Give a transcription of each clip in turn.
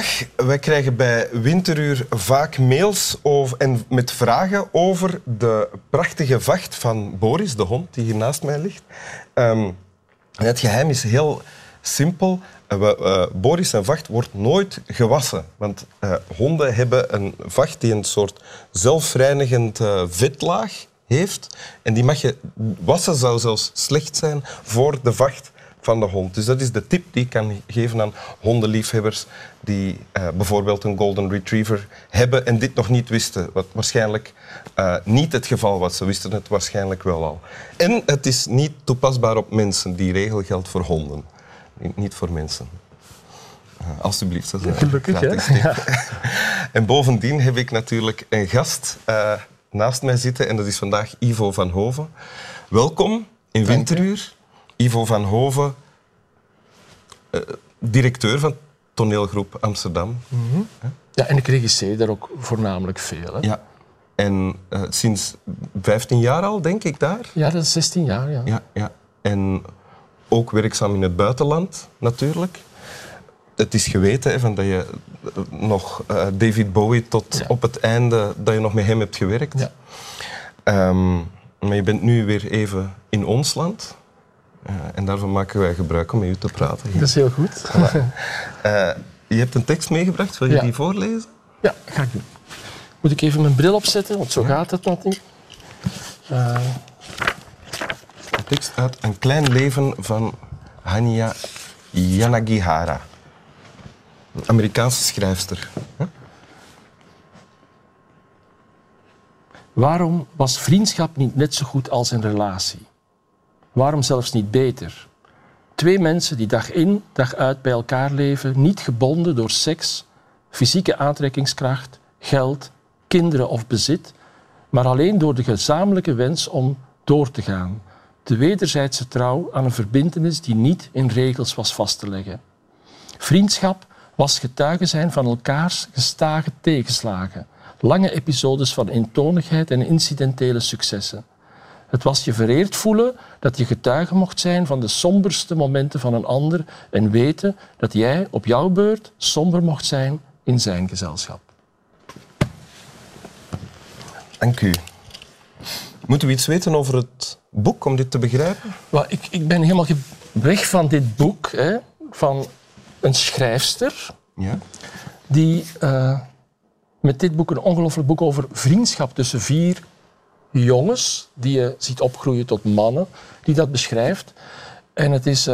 Dag. Wij krijgen bij Winteruur vaak mails met vragen over de prachtige vacht van Boris, de hond die hier naast mij ligt. Het geheim is heel simpel. Boris zijn vacht wordt nooit gewassen. Want honden hebben een vacht die een soort zelfreinigend vetlaag heeft. En die mag je wassen, zou zelfs slecht zijn voor de vacht van de hond. Dus dat is de tip die ik kan geven aan hondenliefhebbers die bijvoorbeeld een golden retriever hebben en dit nog niet wisten. Wat waarschijnlijk niet het geval was. Ze wisten het waarschijnlijk wel al. En het is niet toepasbaar op mensen. Die regel geldt voor honden. Niet voor mensen. Alsjeblieft. Dat is gelukkig, hè? Ja. En bovendien heb ik natuurlijk een gast naast mij zitten. En dat is vandaag Ivo van Hoven. Welkom in Winteruur. Ivo van Hoven, directeur van Toneelgroep Amsterdam. Mm-hmm. Ja, en ik regisseer daar ook voornamelijk veel. Hè? Ja. En sinds 15 jaar al, denk ik, daar? Ja, dat is 16 jaar, ja. Ja. En ook werkzaam in het buitenland, natuurlijk. Het is geweten hè, van dat je nog David Bowie tot op het einde, dat je nog met hem hebt gewerkt. Ja. Maar je bent nu weer even in ons land. En daarvan maken wij gebruik om met u te praten. Dat is heel goed. Voilà. Je hebt een tekst meegebracht, wil je die voorlezen? Ja, ga ik doen. Moet ik even mijn bril opzetten, want zo gaat het nog niet. De tekst uit Een klein leven van Hanya Yanagihara. Een Amerikaanse schrijfster. Waarom was vriendschap niet net zo goed als een relatie? Waarom zelfs niet beter? Twee mensen die dag in, dag uit bij elkaar leven, niet gebonden door seks, fysieke aantrekkingskracht, geld, kinderen of bezit, maar alleen door de gezamenlijke wens om door te gaan. De wederzijdse trouw aan een verbintenis die niet in regels was vast te leggen. Vriendschap was getuige zijn van elkaars gestage tegenslagen, lange episodes van eentonigheid en incidentele successen. Het was je vereerd voelen dat je getuige mocht zijn van de somberste momenten van een ander en weten dat jij op jouw beurt somber mocht zijn in zijn gezelschap. Dank u. Moeten we iets weten over het boek om dit te begrijpen? Well, ik ben helemaal weg van dit boek, hè, van een schrijfster die met dit boek een ongelooflijk boek over vriendschap tussen 4 jongens die je ziet opgroeien tot mannen, die dat beschrijft. En het is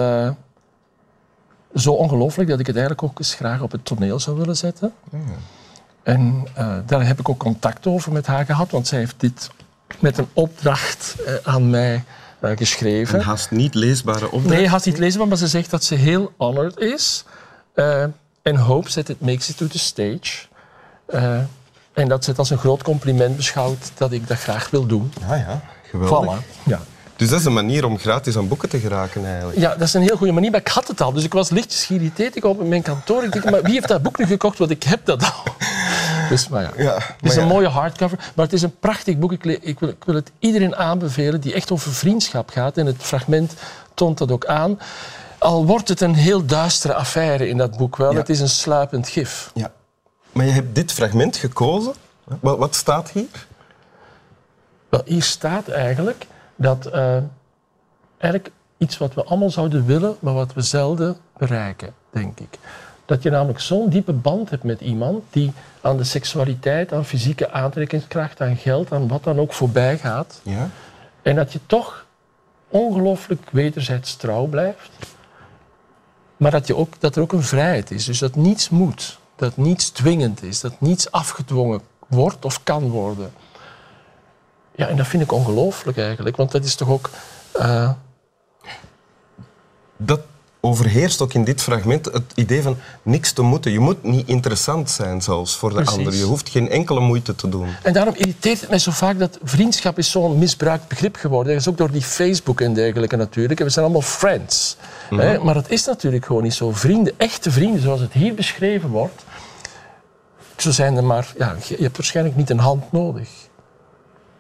zo ongelooflijk dat ik het eigenlijk ook eens graag op het toneel zou willen zetten. En daar heb ik ook contact over met haar gehad, want zij heeft dit met een opdracht aan mij geschreven. Een haast niet leesbare opdracht? Nee, haast niet leesbaar, maar ze zegt dat ze heel honored is en hopes that it makes it to the stage. En dat ze het als een groot compliment beschouwt dat ik dat graag wil doen. Ja, geweldig. Voilà. Ja. Dus dat is een manier om gratis aan boeken te geraken eigenlijk. Ja, dat is een heel goede manier, maar ik had het al. Dus ik was lichtjes geïrriteerd. Ik kwam op mijn kantoor. Ik dacht, maar wie heeft dat boek nu gekocht? Want ik heb dat al. Dus, maar ja. Het is een mooie hardcover, maar het is een prachtig boek. Ik wil het iedereen aanbevelen die echt over vriendschap gaat. En het fragment toont dat ook aan. Al wordt het een heel duistere affaire in dat boek wel. Ja. Het is een sluipend gif. Ja. Maar je hebt dit fragment gekozen. Wat staat hier? Wel, hier staat eigenlijk dat eigenlijk iets wat we allemaal zouden willen, maar wat we zelden bereiken, denk ik. Dat je namelijk zo'n diepe band hebt met iemand die aan de seksualiteit, aan fysieke aantrekkingskracht, aan geld, aan wat dan ook voorbij gaat. Ja. En dat je toch ongelooflijk wederzijds trouw blijft. Maar dat er ook een vrijheid is. Dus dat niets moet. Dat niets dwingend is. Dat niets afgedwongen wordt of kan worden. Ja, en dat vind ik ongelooflijk eigenlijk. Want dat is toch ook... Dat overheerst ook in dit fragment het idee van niks te moeten. Je moet niet interessant zijn zelfs voor de ander. Je hoeft geen enkele moeite te doen. En daarom irriteert het mij zo vaak dat vriendschap is zo'n misbruikt begrip geworden. Dat is ook door die Facebook en dergelijke natuurlijk. We zijn allemaal friends. Hè? Maar dat is natuurlijk gewoon niet zo. Vrienden, echte vrienden, zoals het hier beschreven wordt, zo zijn er maar... Ja, je hebt waarschijnlijk niet een hand nodig.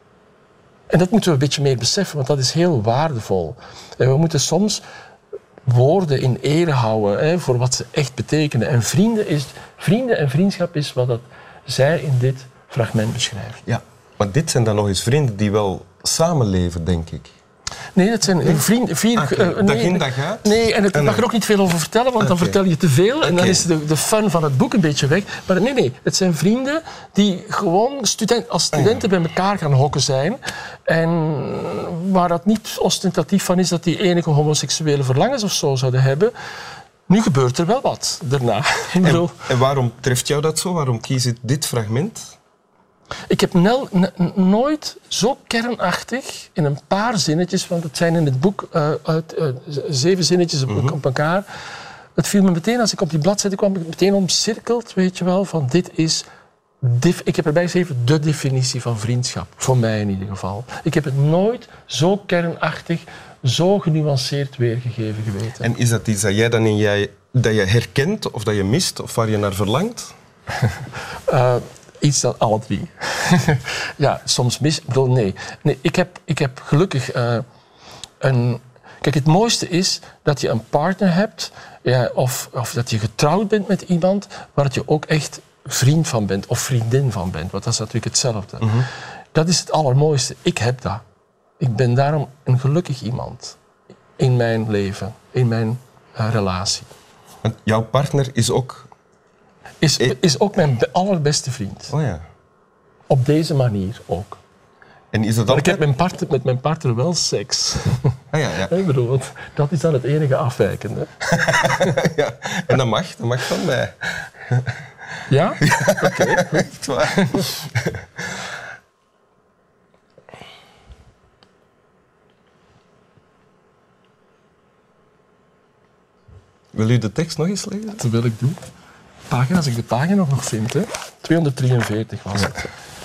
En dat moeten we een beetje meer beseffen, want dat is heel waardevol. En we moeten soms woorden in ere houden voor wat ze echt betekenen. En vrienden en vriendschap is wat dat zij in dit fragment beschrijft. Ja, maar dit zijn dan nog eens vrienden die wel samenleven, denk ik. Nee, dat zijn vrienden. Dag in, dag uit? Nee, en ik mag er ook niet veel over vertellen, want dan vertel je te veel. En dan is de fun van het boek een beetje weg. Maar nee, het zijn vrienden die gewoon als studenten bij elkaar gaan hokken zijn. En waar dat niet ostentatief van is dat die enige homoseksuele verlangens of zo zouden hebben. Nu gebeurt er wel wat daarna. En waarom treft jou dat zo? Waarom kies je dit fragment? Ik heb nooit zo kernachtig in een paar zinnetjes, want het zijn in het boek 7 zinnetjes op elkaar. Het viel me meteen, als ik op die bladzijde kwam, meteen omcirkeld, weet je wel, van dit is... Ik heb erbij geschreven de definitie van vriendschap, voor mij in ieder geval. Ik heb het nooit zo kernachtig, zo genuanceerd weergegeven geweten. En is dat iets dat jij dan dat je herkent of dat je mist of waar je naar verlangt? Iets dan alle drie. Ja, soms mis... Nee, ik heb gelukkig een... Kijk, het mooiste is dat je een partner hebt, of dat je getrouwd bent met iemand waar je ook echt vriend van bent of vriendin van bent. Want dat is natuurlijk hetzelfde. Mm-hmm. Dat is het allermooiste. Ik heb dat. Ik ben daarom een gelukkig iemand in mijn leven, in mijn relatie. Want jouw partner is ook... Is ook mijn allerbeste vriend. Oh ja. Op deze manier ook. En is dat maar ik heb met mijn partner wel seks. Ah, ja. Ik bedoel, want dat is dan het enige afwijkende. Ja, en dat mag van mij. Ja? Oké. Echt waar. Wil u de tekst nog eens lezen? Dat wil ik doen. Als ik de pagina nog vind, hè. 243 was het.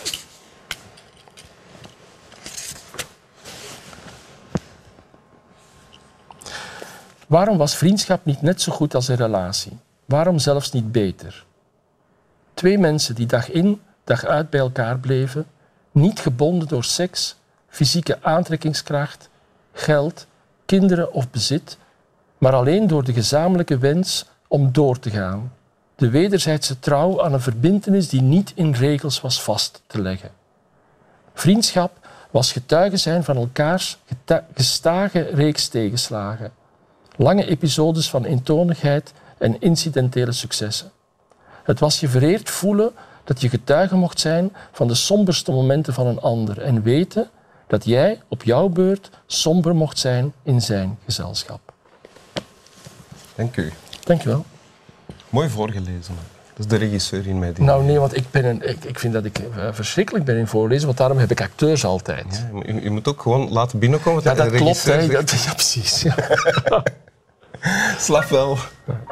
Waarom was vriendschap niet net zo goed als een relatie? Waarom zelfs niet beter? 2 mensen die dag in, dag uit bij elkaar bleven, niet gebonden door seks, fysieke aantrekkingskracht, geld, kinderen of bezit, maar alleen door de gezamenlijke wens om door te gaan. De wederzijdse trouw aan een verbintenis die niet in regels was vast te leggen. Vriendschap was getuige zijn van elkaars gestage reeks tegenslagen. Lange episodes van eentonigheid en incidentele successen. Het was je vereerd voelen dat je getuige mocht zijn van de somberste momenten van een ander en weten dat jij op jouw beurt somber mocht zijn in zijn gezelschap. Dank u. Dank je wel. Mooi voorgelezen. Dat is de regisseur in mij. Nou nee, want ik vind dat ik verschrikkelijk ben in voorlezen, want daarom heb ik acteurs altijd. Ja, je moet ook gewoon laten binnenkomen. Ja, dat klopt. Hè. Ja, precies. Ja. Slap wel.